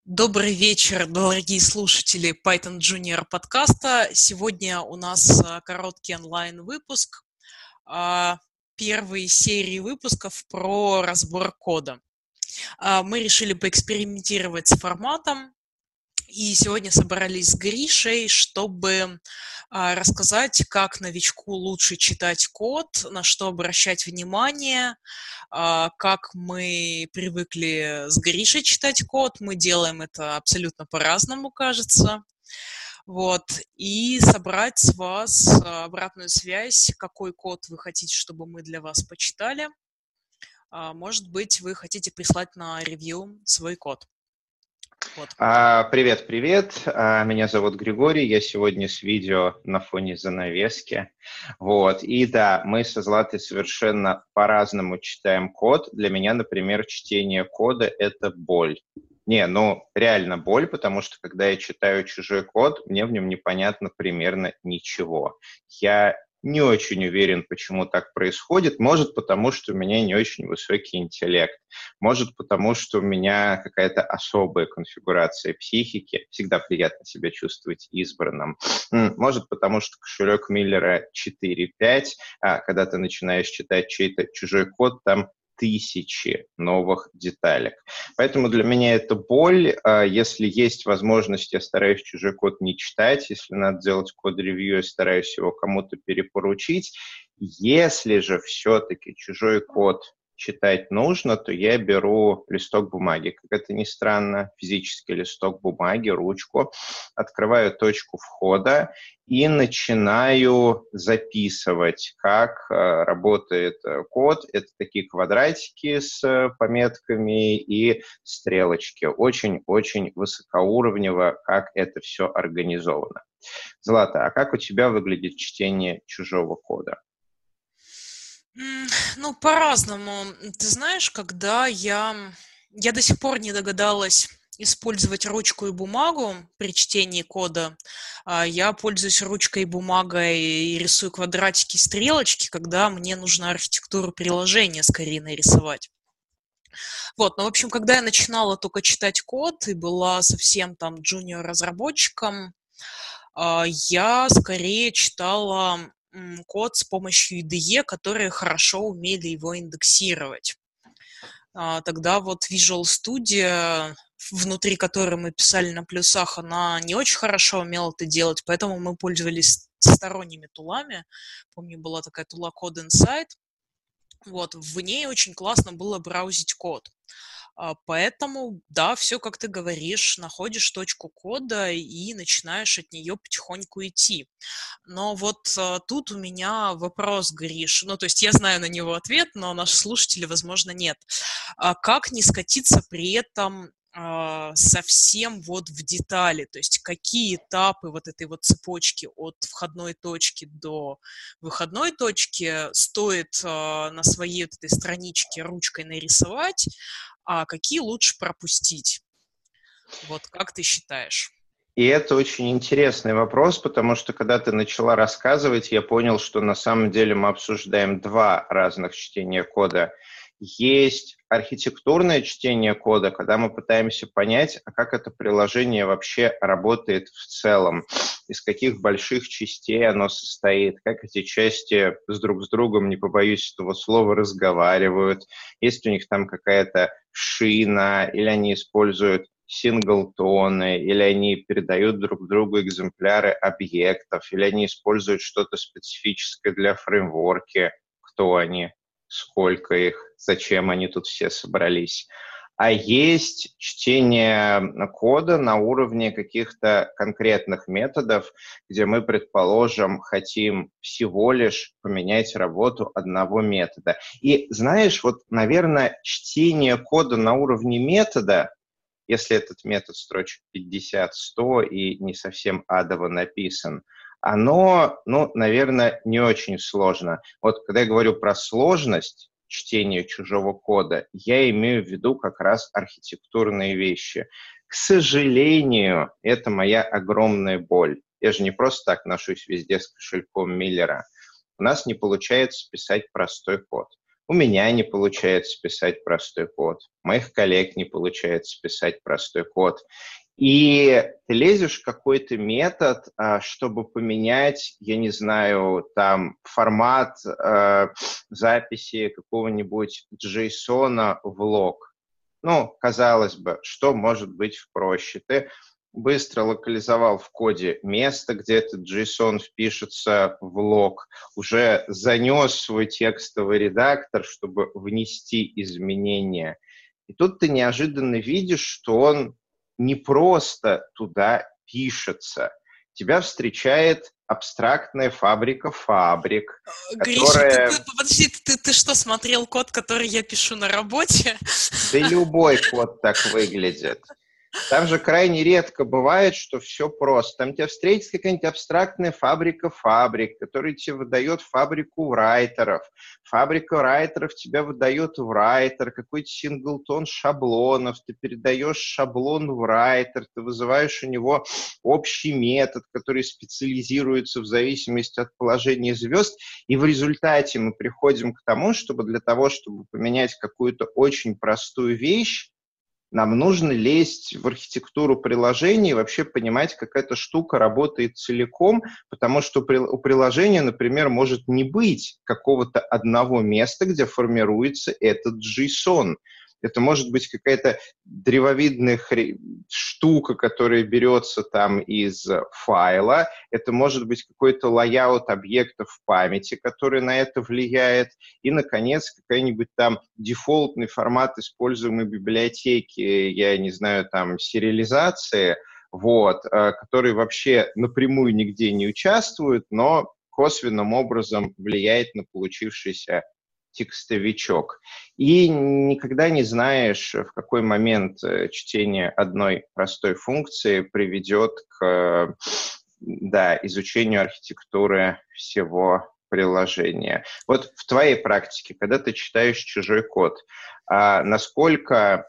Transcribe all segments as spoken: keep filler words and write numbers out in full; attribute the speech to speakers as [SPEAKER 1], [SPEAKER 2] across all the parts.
[SPEAKER 1] Добрый вечер, дорогие слушатели Python Junior подкаста. Сегодня у нас а, короткий онлайн-выпуск а, первой серии выпусков про разбор кода. А, Мы решили поэкспериментировать с форматом, и сегодня собрались с Гришей, чтобы а, рассказать, как новичку лучше читать код, на что обращать внимание, а, как мы привыкли с Гришей читать код. Мы делаем это абсолютно по-разному, кажется. Вот. И собрать с вас а, обратную связь, какой код вы хотите, чтобы мы для вас почитали. А, Может быть, вы хотите прислать на ревью свой код. Вот.
[SPEAKER 2] А, Привет, привет. А, Меня зовут Григорий. Я сегодня с видео на фоне занавески. Вот. И да, мы со Златой совершенно по-разному читаем код. Для меня, например, чтение кода — это боль. Не, ну реально боль, потому что когда я читаю чужой код, мне в нем непонятно примерно ничего. Я не очень уверен, почему так происходит. Может, потому что у меня не очень высокий интеллект. Может, потому что у меня какая-то особая конфигурация психики. Всегда приятно себя чувствовать избранным. Может, потому что кошелек Миллера четыре пять, а когда ты начинаешь читать чей-то чужой код, там тысячи новых деталек. Поэтому для меня это боль. Если есть возможность, я стараюсь чужой код не читать. Если надо делать код-ревью, я стараюсь его кому-то перепоручить. Если же все-таки чужой код читать нужно, то я беру листок бумаги. Как это ни странно, физический листок бумаги, ручку, открываю точку входа и начинаю записывать, как э, работает э, код. Это такие квадратики с э, пометками и стрелочки. Очень-очень высокоуровнево, как это все организовано. Злата, а как у тебя выглядит чтение чужого кода?
[SPEAKER 1] Ну, по-разному. Ты знаешь, когда я... Я до сих пор не догадалась использовать ручку и бумагу при чтении кода. А, Я пользуюсь ручкой и бумагой и рисую квадратики, стрелочки, когда мне нужно архитектуру приложения скорее нарисовать. Вот, ну, в общем, когда я начинала только читать код и была совсем там джуниор-разработчиком, а, я скорее читала м, код с помощью I D E, которые хорошо умели его индексировать. А, Тогда вот Visual Studio, внутри которой мы писали на плюсах, она не очень хорошо умела это делать, поэтому мы пользовались сторонними тулами. Помню, была такая тула Code Insight. Вот, в ней очень классно было браузить код. А, Поэтому, да, все, как ты говоришь, находишь точку кода и начинаешь от нее потихоньку идти. Но вот а, тут у меня вопрос, Гриш. Ну, то есть я знаю на него ответ, но наши слушатели, возможно, нет. А как не скатиться при этом а, совсем вот в детали? То есть какие этапы вот этой вот цепочки от входной точки до выходной точки стоит а, на своей вот этой страничке ручкой нарисовать, а какие лучше пропустить? Вот как ты считаешь?
[SPEAKER 2] И это очень интересный вопрос, потому что когда ты начала рассказывать, я понял, что на самом деле мы обсуждаем два разных чтения кода. Есть архитектурное чтение кода, когда мы пытаемся понять, а как это приложение вообще работает в целом, из каких больших частей оно состоит, как эти части с друг с другом, не побоюсь этого слова, разговаривают, есть у них там какая-то шина, или они используют синглтоны, или они передают друг другу экземпляры объектов, или они используют что-то специфическое для фреймворки, кто они, сколько их, зачем они тут все собрались. А есть чтение кода на уровне каких-то конкретных методов, где мы, предположим, хотим всего лишь поменять работу одного метода. И знаешь, вот, наверное, чтение кода на уровне метода, если этот метод строчек пятьдесят сто и не совсем адово написан, оно, ну, наверное, не очень сложно. Вот когда я говорю про сложность чтения чужого кода, я имею в виду как раз архитектурные вещи. К сожалению, это моя огромная боль. Я же не просто так ношусь везде с кошельком Миллера. У нас не получается писать простой код. У меня не получается писать простой код, у моих коллег не получается писать простой код. И ты лезешь в какой-то метод, а, чтобы поменять, я не знаю, там формат э, записи какого-нибудь джейсона в лог. Ну, казалось бы, что может быть проще? Ты быстро локализовал в коде место, где этот JSON впишется в лог, уже занес свой текстовый редактор, чтобы внести изменения. И тут ты неожиданно видишь, что он не просто туда пишется. Тебя встречает абстрактная фабрика фабрик,
[SPEAKER 1] Гриша, ты, ты,
[SPEAKER 2] которая...
[SPEAKER 1] подожди, ты, ты что, смотрел код, который я пишу на работе?
[SPEAKER 2] Да любой код так выглядит. Там же крайне редко бывает, что все просто. Там тебя встретится какая-нибудь абстрактная фабрика фабрик, которая тебе выдает фабрику райтеров. Фабрика райтеров тебя выдает в райтер, какой-то синглтон шаблонов. Ты передаешь шаблон в райтер, ты вызываешь у него общий метод, который специализируется в зависимости от положения звезд. И в результате мы приходим к тому, чтобы для того, чтобы поменять какую-то очень простую вещь, нам нужно лезть в архитектуру приложения и вообще понимать, как эта штука работает целиком, потому что у приложения, например, может не быть какого-то одного места, где формируется этот JSON. Это может быть какая-то древовидная хре... штука, которая берется там из файла. Это может быть какой-то лайаут объектов в памяти, который на это влияет. И, наконец, какой-нибудь там дефолтный формат используемой библиотеки, я не знаю, там, сериализации, вот, который вообще напрямую нигде не участвует, но косвенным образом влияет на получившийся текстовичок. И никогда не знаешь, в какой момент чтение одной простой функции приведет к, да, изучению архитектуры всего приложения. Вот в твоей практике, когда ты читаешь чужой код, а насколько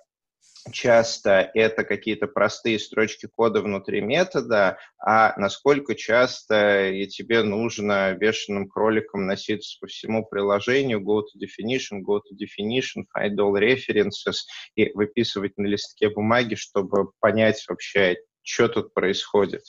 [SPEAKER 2] часто это какие-то простые строчки кода внутри метода, а насколько часто и тебе нужно бешеным кроликом носиться по всему приложению, go to definition, go to definition, find all references и выписывать на листке бумаги, чтобы понять вообще, что тут происходит.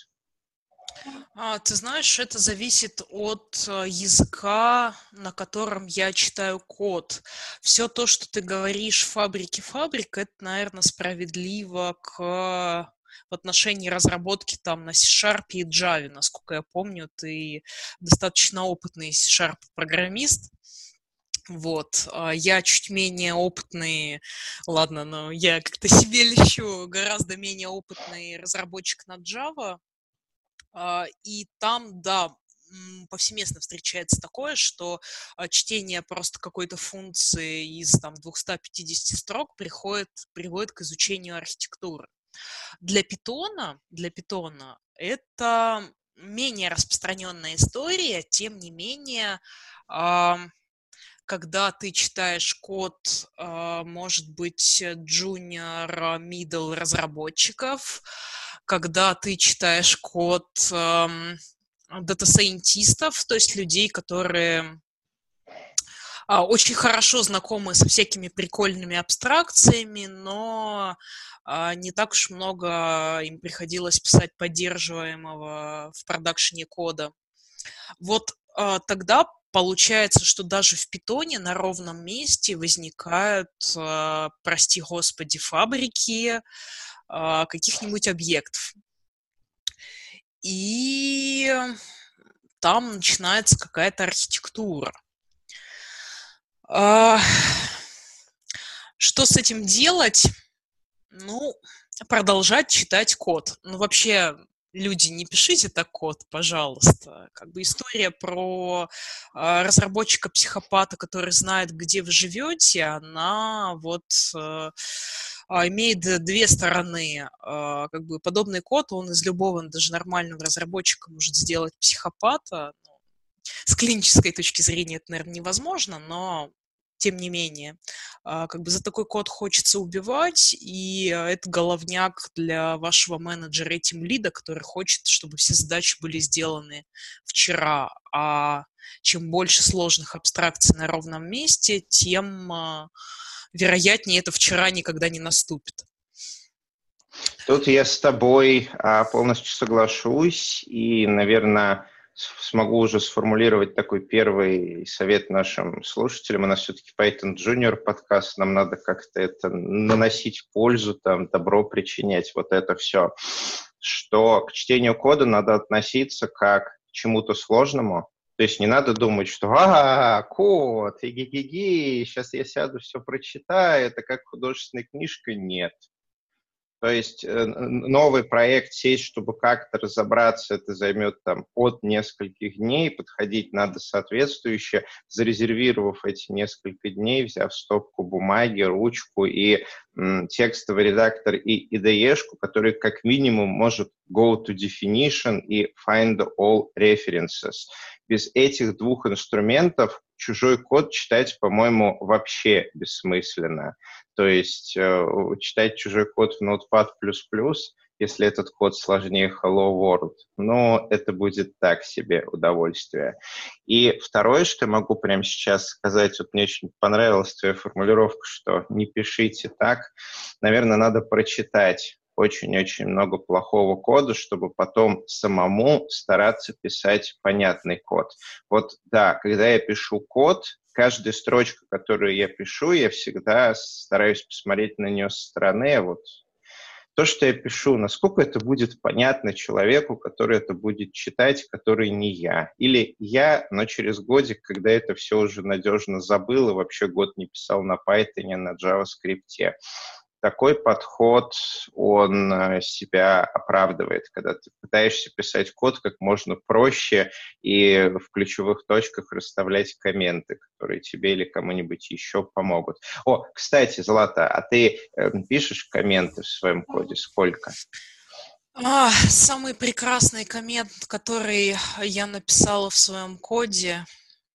[SPEAKER 1] А, ты знаешь, это зависит от языка, на котором я читаю код. Все то, что ты говоришь фабрики фабрик, это, наверное, справедливо к в отношении разработки там на C-Sharp и Java. Насколько я помню, ты достаточно опытный C-Sharp программист. Вот, я чуть менее опытный, ладно, но я как-то себе лещу, гораздо менее опытный разработчик на Java. И там, да, повсеместно встречается такое, что чтение просто какой-то функции из там двухсот пятидесяти строк приходит, приводит к изучению архитектуры. Для Python, для Python это менее распространенная история, тем не менее, когда ты читаешь код, может быть, junior, middle разработчиков, когда ты читаешь код дата-сайентистов, то есть людей, которые очень хорошо знакомы со всякими прикольными абстракциями, но не так уж много им приходилось писать поддерживаемого в продакшене кода. Вот тогда получается, что даже в Python на ровном месте возникают, прости господи, фабрики каких-нибудь объектов. И там начинается какая-то архитектура. Что с этим делать? Ну, продолжать читать код. Ну, вообще, люди, не пишите так код, пожалуйста. Как бы история про э, разработчика-психопата, который знает, где вы живете, она вот э, имеет две стороны. Э, как бы подобный код, он из любого, даже нормального разработчика может сделать психопата. С клинической точки зрения это, наверное, невозможно, но тем не менее. А, как бы за такой код хочется убивать, и а, это головняк для вашего менеджера и тимлида, который хочет, чтобы все задачи были сделаны вчера. А чем больше сложных абстракций на ровном месте, тем а, вероятнее это вчера никогда не наступит.
[SPEAKER 2] Тут я с тобой а, полностью соглашусь и, наверное, смогу уже сформулировать такой первый совет нашим слушателям. У нас все-таки Python Junior подкаст, нам надо как-то это наносить пользу, там, добро причинять, вот это все. Что к чтению кода надо относиться как к чему-то сложному. То есть не надо думать, что «А, код, иги-ги-ги, сейчас я сяду, все прочитаю, это как художественная книжка». Нет. То есть новый проект сесть, чтобы как-то разобраться, это займет там от нескольких дней, подходить надо соответствующе, зарезервировав эти несколько дней, взяв стопку бумаги, ручку и м, текстовый редактор и ай ди и-шку, который как минимум может go to definition и find all references. Без этих двух инструментов чужой код читать, по-моему, вообще бессмысленно. То есть э, читать чужой код в Notepad++, если этот код сложнее Hello World, ну, это будет так себе удовольствие. И второе, что я могу прямо сейчас сказать, вот мне очень понравилась твоя формулировка, что не пишите так. Наверное, надо прочитать очень-очень много плохого кода, чтобы потом самому стараться писать понятный код. Вот да, когда я пишу код, каждая строчка, которую я пишу, я всегда стараюсь посмотреть на нее со стороны. Вот то, что я пишу, насколько это будет понятно человеку, который это будет читать, который не я. Или я, но через годик, когда это все уже надежно забыл и вообще год не писал на Python, на JavaScript. Такой подход, он себя оправдывает, когда ты пытаешься писать код как можно проще и в ключевых точках расставлять комменты, которые тебе или кому-нибудь еще помогут. О, кстати, Злата, а ты э, пишешь комменты в своем коде? Сколько?
[SPEAKER 1] А, самый прекрасный коммент, который я написала в своем коде,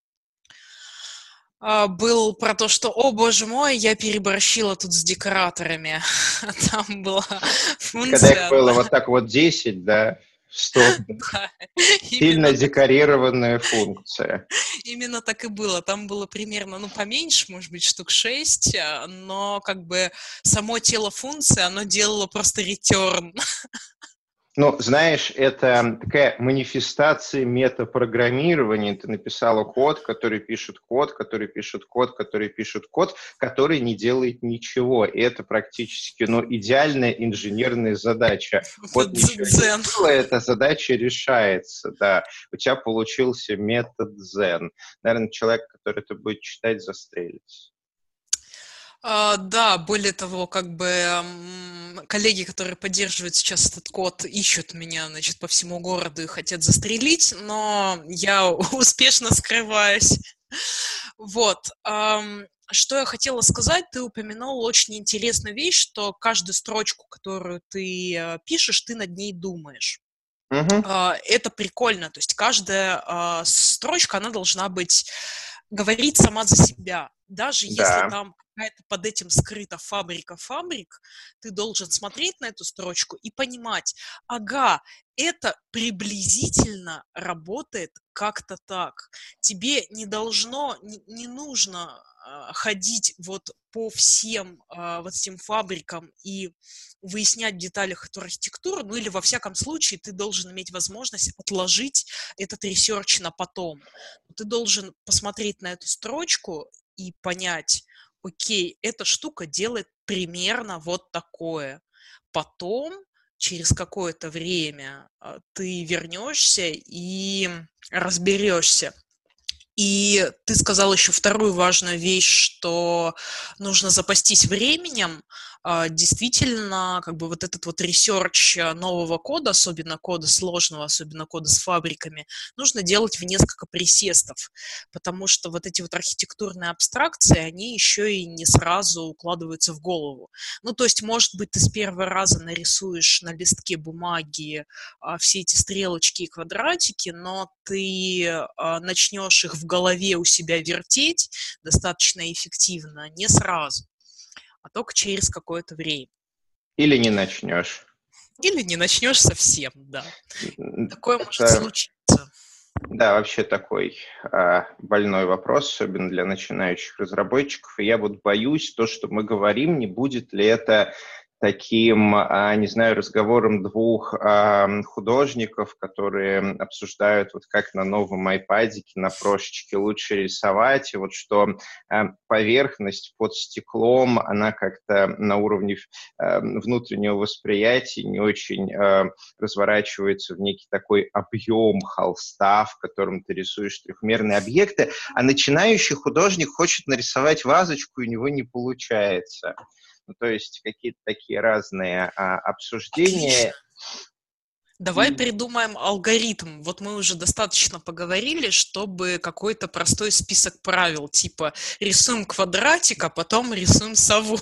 [SPEAKER 1] был про то, что, о боже мой, я переборщила тут с декораторами. Там была функция...
[SPEAKER 2] Когда их было вот так вот десять, да, сто.
[SPEAKER 1] Да,
[SPEAKER 2] сильно декорированная функция.
[SPEAKER 1] Именно так и было. Там было примерно, ну, поменьше, может быть, штук шесть, но как бы само тело функции, оно делало просто return.
[SPEAKER 2] Ну, знаешь, это такая манифестация метапрограммирования. Ты написала код, который пишет код, который пишет код, который пишет код, который не делает ничего. И это практически, ну, идеальная инженерная задача. Вот ничего не было, эта задача решается, да. У тебя получился метод Zen. Наверное, человек, который это будет читать, застрелится.
[SPEAKER 1] Uh, да, более того, как бы um, коллеги, которые поддерживают сейчас этот код, ищут меня, значит, по всему городу и хотят застрелить, но я успешно скрываюсь. Вот. Um, что я хотела сказать, ты упомянул очень интересную вещь, что каждую строчку, которую ты uh, пишешь, ты над ней думаешь.
[SPEAKER 2] Uh-huh.
[SPEAKER 1] Uh, это прикольно, то есть каждая uh, строчка, она должна быть, говорить сама за себя. Даже
[SPEAKER 2] Да.
[SPEAKER 1] если там какая-то под этим скрыта фабрика фабрик, ты должен смотреть на эту строчку и понимать, ага, это приблизительно работает как-то так. Тебе не должно, не, не нужно э, ходить вот по всем э, вот этим фабрикам и выяснять в деталях эту архитектуру, ну или во всяком случае ты должен иметь возможность отложить этот ресерч на потом. Ты должен посмотреть на эту строчку и понять, окей, эта штука делает примерно вот такое. Потом, через какое-то время, ты вернешься и разберешься. И ты сказал еще вторую важную вещь, что нужно запастись временем. а, действительно, как бы вот этот вот ресерч нового кода, особенно кода сложного, особенно кода с фабриками, нужно делать в несколько присестов, потому что вот эти вот архитектурные абстракции, они еще и не сразу укладываются в голову. Ну, то есть, может быть, ты с первого раза нарисуешь на листке бумаги а, все эти стрелочки и квадратики, но ты а, начнешь их в голове у себя вертеть достаточно эффективно не сразу, а только через какое-то время.
[SPEAKER 2] Или не начнешь.
[SPEAKER 1] Или не начнешь совсем, да. Такое
[SPEAKER 2] Это,
[SPEAKER 1] может случиться.
[SPEAKER 2] да, вообще такой а, больной вопрос, особенно для начинающих разработчиков. И я вот боюсь, то, что мы говорим, не будет ли это таким, а, не знаю, разговором двух а, художников, которые обсуждают, вот как на новом айпадике, на прошечке лучше рисовать, и вот что а, поверхность под стеклом, она как-то на уровне а, внутреннего восприятия не очень а, разворачивается в некий такой объем холста, в котором ты рисуешь трехмерные объекты, а начинающий художник хочет нарисовать вазочку, и у него не получается. Ну, то есть какие-то такие разные а, обсуждения.
[SPEAKER 1] Отлично. Давай
[SPEAKER 2] И...
[SPEAKER 1] придумаем алгоритм. Вот мы уже достаточно поговорили, чтобы какой-то простой список правил, типа рисуем квадратик, а потом рисуем сову.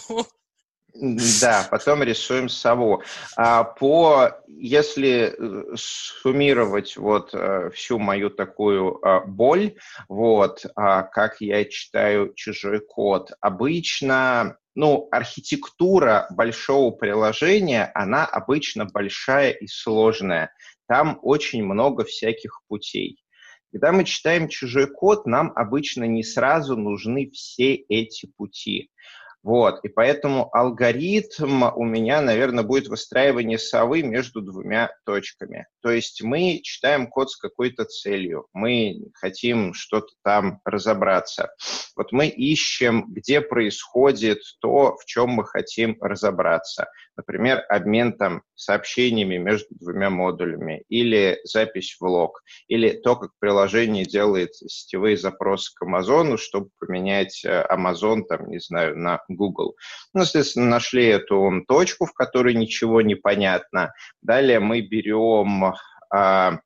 [SPEAKER 2] Да, потом рисуем сову. А по, если суммировать вот всю мою такую а, боль, вот, а, как я читаю чужой код, обычно, ну, архитектура большого приложения, она обычно большая и сложная. Там очень много всяких путей. Когда мы читаем чужой код, нам обычно не сразу нужны все эти пути. Вот, и поэтому алгоритм у меня, наверное, будет выстраивание совы между двумя точками. То есть мы читаем код с какой-то целью, мы хотим что-то там разобраться. Вот мы ищем, где происходит то, в чем мы хотим разобраться. Например, обмен там сообщениями между двумя модулями, или запись в лог, или то, как приложение делает сетевые запросы к Амазону, чтобы поменять Amazon, там, не знаю, на Google. Ну, соответственно, нашли эту точку, в которой ничего не понятно. Далее мы берем а,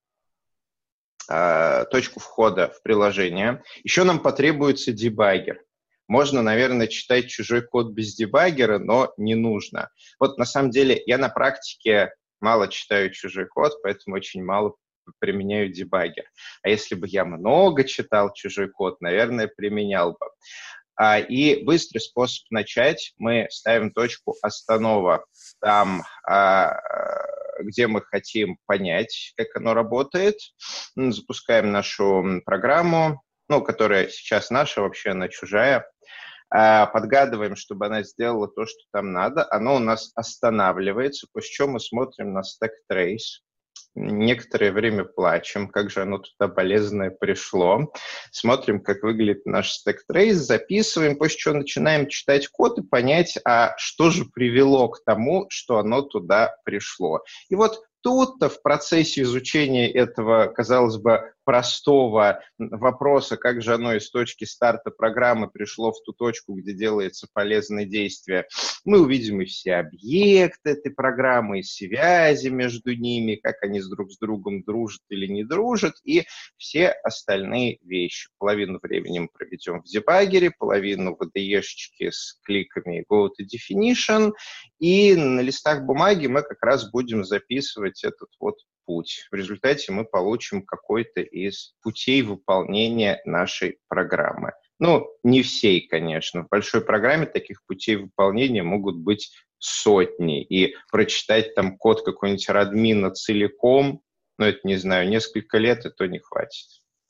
[SPEAKER 2] а, точку входа в приложение. Еще нам потребуется дебаггер. Можно, наверное, читать чужой код без дебаггера, но не нужно. Вот на самом деле я на практике мало читаю чужой код, поэтому очень мало применяю дебаггер. А если бы я много читал чужой код, наверное, применял бы. А, и быстрый способ начать. Мы ставим точку останова там, а, где мы хотим понять, как оно работает. Запускаем нашу программу, ну, которая сейчас наша, вообще она чужая. Подгадываем, чтобы она сделала то, что там надо. Оно у нас останавливается, после чего мы смотрим на stack trace. Некоторое время плачем, как же оно туда полезное пришло. Смотрим, как выглядит наш stack trace, записываем, после чего начинаем читать код и понять, а что же привело к тому, что оно туда пришло. И вот тут-то в процессе изучения этого, казалось бы, простого вопроса, как же оно из точки старта программы пришло в ту точку, где делается полезное действие, мы увидим и все объекты этой программы, и связи между ними, как они друг с другом дружат или не дружат, и все остальные вещи. Половину времени мы проведем в дебаггере, половину в ай ди и-шечке с кликами go to definition, и на листах бумаги мы как раз будем записывать этот вот путь. В результате мы получим какой-то из путей выполнения нашей программы. Ну, не всей, конечно. В большой программе таких путей выполнения могут быть сотни. И прочитать там код какой-нибудь радмина целиком, ну, это, не знаю, несколько лет, и то не хватит.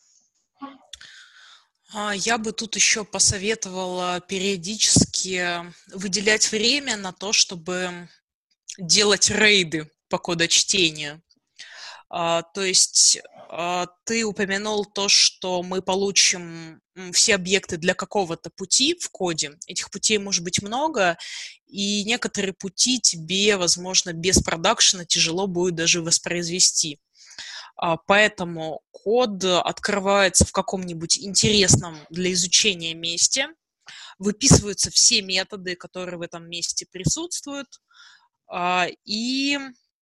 [SPEAKER 1] Я бы тут еще посоветовала периодически выделять время на то, чтобы делать рейды по кодочтению. Uh, то есть uh, ты упомянул то, что мы получим все объекты для какого-то пути в коде. Этих путей может быть много, и некоторые пути тебе, возможно, без продакшена тяжело будет даже воспроизвести. Uh, поэтому код открывается в каком-нибудь интересном для изучения месте. выписываются все методы, которые в этом месте присутствуют, и,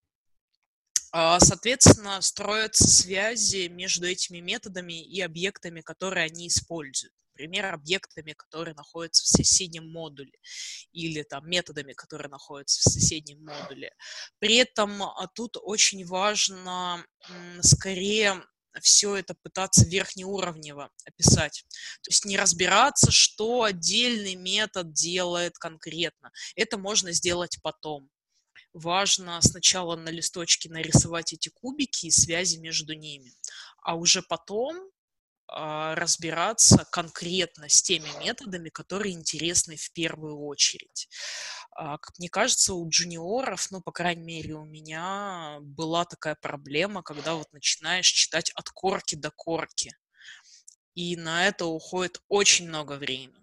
[SPEAKER 1] соответственно, строятся связи между этими методами и объектами, которые они используют. Например, объектами, которые находятся в соседнем модуле, или там методами, которые находятся в соседнем модуле. При этом тут очень важно скорее все это пытаться верхнеуровнево описать. То есть не разбираться, что отдельный метод делает конкретно. Это можно сделать потом. Важно сначала на листочке нарисовать эти кубики и связи между ними, а уже потом разбираться конкретно с теми методами, которые интересны в первую очередь. Как мне кажется, у джуниоров, ну, по крайней мере, у меня была такая проблема, когда вот начинаешь читать от корки до корки, и на это уходит очень много времени.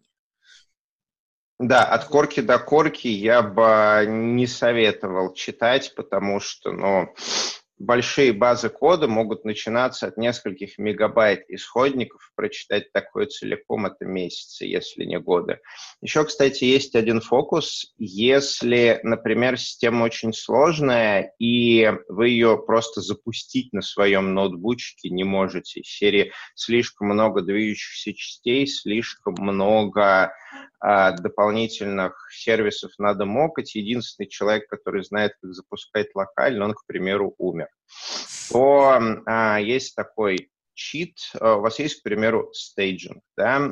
[SPEAKER 2] Да, от корки до корки я бы не советовал читать, потому что, ну, большие базы кода могут начинаться от нескольких мегабайт исходников. Прочитать такое целиком — это месяцы, если не годы. Еще, кстати, есть один фокус. Если, например, система очень сложная, и вы ее просто запустить на своем ноутбучке не можете, из серии слишком много движущихся частей, слишком много а, дополнительных сервисов надо мокать, единственный человек, который знает, как запускать локально, он, к примеру, умер, то а, есть такой чит, у вас есть, к примеру, стейджинг. Да?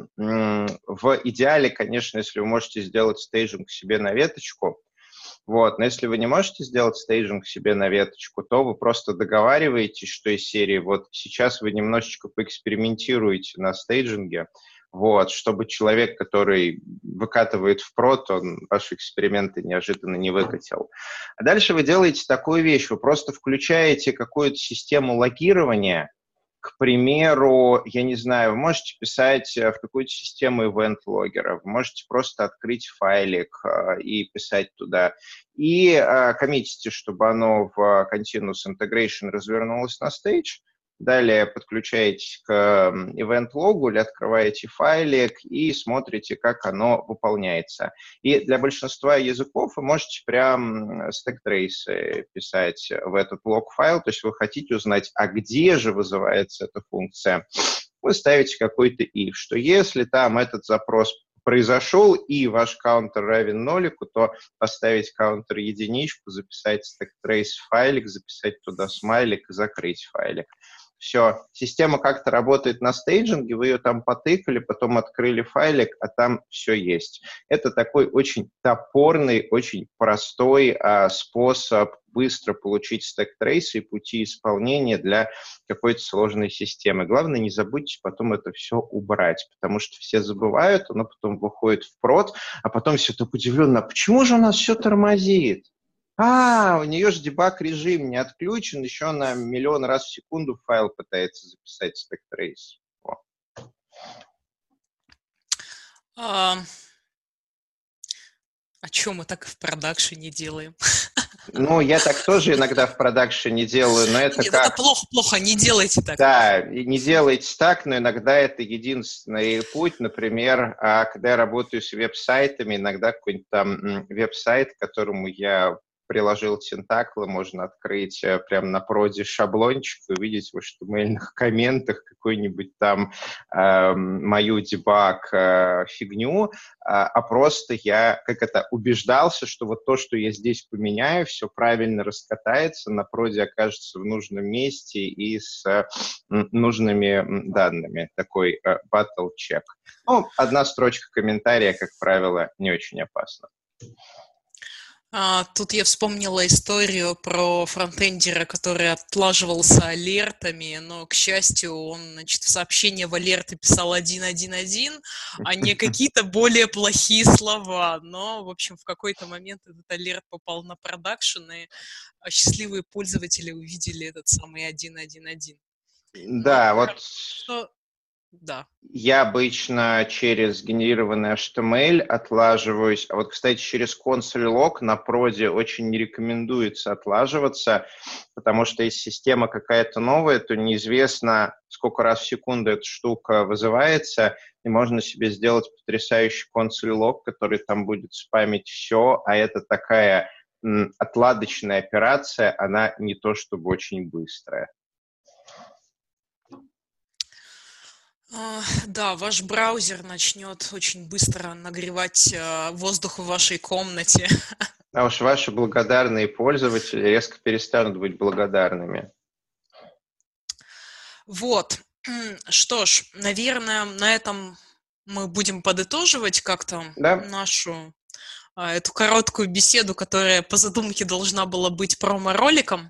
[SPEAKER 2] В идеале, конечно, если вы можете сделать стейджинг себе на веточку, вот, но если вы не можете сделать стейджинг себе на веточку, то вы просто договариваетесь, что из серии вот сейчас вы немножечко поэкспериментируете на стейджинге, вот, чтобы человек, который выкатывает в прод, он ваши эксперименты неожиданно не выкатил. А дальше вы делаете такую вещь, вы просто включаете какую-то систему логирования. К примеру, я не знаю, вы можете писать в какую-то систему event-логгера, вы можете просто открыть файлик э, и писать туда. И э, коммитите, чтобы оно в Continuous Integration развернулось на stage. Далее подключаетесь к event-логу или открываете файлик и смотрите, как оно выполняется. И для большинства языков вы можете прям стэк-трейсы писать в этот лог-файл, то есть вы хотите узнать, а где же вызывается эта функция. Вы ставите какой-то if, что если там этот запрос произошел и ваш каунтер равен нолику, то поставить каунтер единичку, записать стэк-трейс файлик, записать туда смайлик и закрыть файлик. Все, система как-то работает на стейджинге, вы ее там потыкали, потом открыли файлик, а там все есть. Это такой очень топорный, очень простой а, способ быстро получить стэк-трейсы и пути исполнения для какой-то сложной системы. Главное, не забудьте потом это все убрать, потому что все забывают, оно потом выходит в прод, а потом все так удивленно, а почему же у нас все тормозит? А, у нее же дебаг-режим не отключен, еще на миллион раз в секунду файл пытается записать стэк-трейс.
[SPEAKER 1] А, а что мы так в продакшене делаем?
[SPEAKER 2] Ну, я так тоже иногда в продакшене делаю, но это
[SPEAKER 1] Нет,
[SPEAKER 2] как...
[SPEAKER 1] это плохо, плохо, не делайте так.
[SPEAKER 2] Да, не делайте так, но иногда это единственный путь. Например, когда я работаю с веб-сайтами, иногда какой-нибудь там веб-сайт, к которому я приложил тентаклы, можно открыть прямо на проде шаблончик и увидеть в эйч ти эм эль-ных комментах какую-нибудь там э, мою дебаг э, фигню, а, а просто я, как это, убеждался, что вот то, что я здесь поменяю, все правильно раскатается, на проде окажется в нужном месте и с э, нужными данными. Такой э, battle check. Ну, одна строчка комментария, как правило, не очень опасна.
[SPEAKER 1] А, тут я вспомнила историю про фронтендера, который отлаживался алертами, но, к счастью, он, значит, в сообщение в алерты писал один один один, а не какие-то более плохие слова. Но, в общем, в какой-то момент этот алерт попал на продакшн, и счастливые пользователи увидели этот самый один один один.
[SPEAKER 2] Да,
[SPEAKER 1] но,
[SPEAKER 2] вот...
[SPEAKER 1] что да.
[SPEAKER 2] Я обычно через генерированный эйч ти эм эль отлаживаюсь. А вот, кстати, через консоль лог на проде очень не рекомендуется отлаживаться, потому что если система какая-то новая, то неизвестно, сколько раз в секунду эта штука вызывается, и можно себе сделать потрясающий консоль лог, который там будет спамить все, а это такая м, отладочная операция, она не то чтобы очень быстрая.
[SPEAKER 1] Да, ваш браузер начнет очень быстро нагревать воздух в вашей комнате.
[SPEAKER 2] А уж ваши благодарные пользователи резко перестанут быть благодарными.
[SPEAKER 1] Вот. Что ж, наверное, на этом мы будем подытоживать как-то
[SPEAKER 2] Да?
[SPEAKER 1] нашу эту короткую беседу, которая по задумке должна была быть промо-роликом.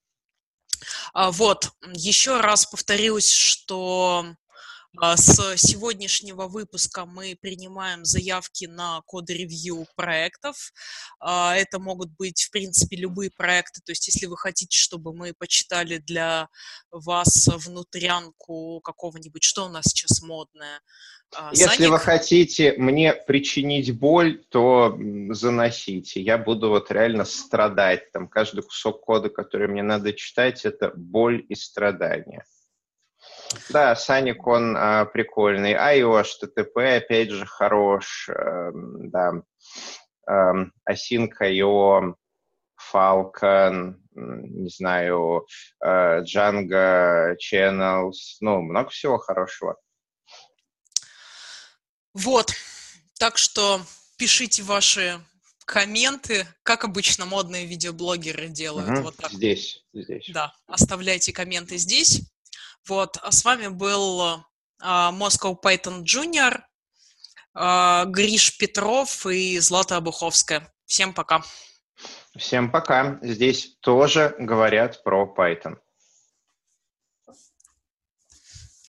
[SPEAKER 1] Вот. Еще раз повторюсь, что с сегодняшнего выпуска мы принимаем заявки на код-ревью проектов. Это могут быть, в принципе, любые проекты. То есть, если вы хотите, чтобы мы почитали для вас внутрянку какого-нибудь, что у нас сейчас модное,
[SPEAKER 2] Если
[SPEAKER 1] Саник?
[SPEAKER 2] вы хотите мне причинить боль, то заносите. Я буду вот реально страдать. Там каждый кусок кода, который мне надо читать, это боль и страдания. Да, Саник, он а, прикольный. ай о эйч ти ти пи, опять же, хорош. А, да. А, Async ай о, Falcon, не знаю, Django, Channels. Ну, много всего хорошего.
[SPEAKER 1] Вот. Так что пишите ваши комменты, как обычно модные видеоблогеры делают.
[SPEAKER 2] Угу.
[SPEAKER 1] Вот так.
[SPEAKER 2] Здесь, здесь.
[SPEAKER 1] Да, оставляйте комменты здесь. Вот, а с вами был а, Moscow Python Junior, а, Гриш Петров и Злата Обуховская. Всем пока.
[SPEAKER 2] Всем пока. Здесь тоже говорят про Python.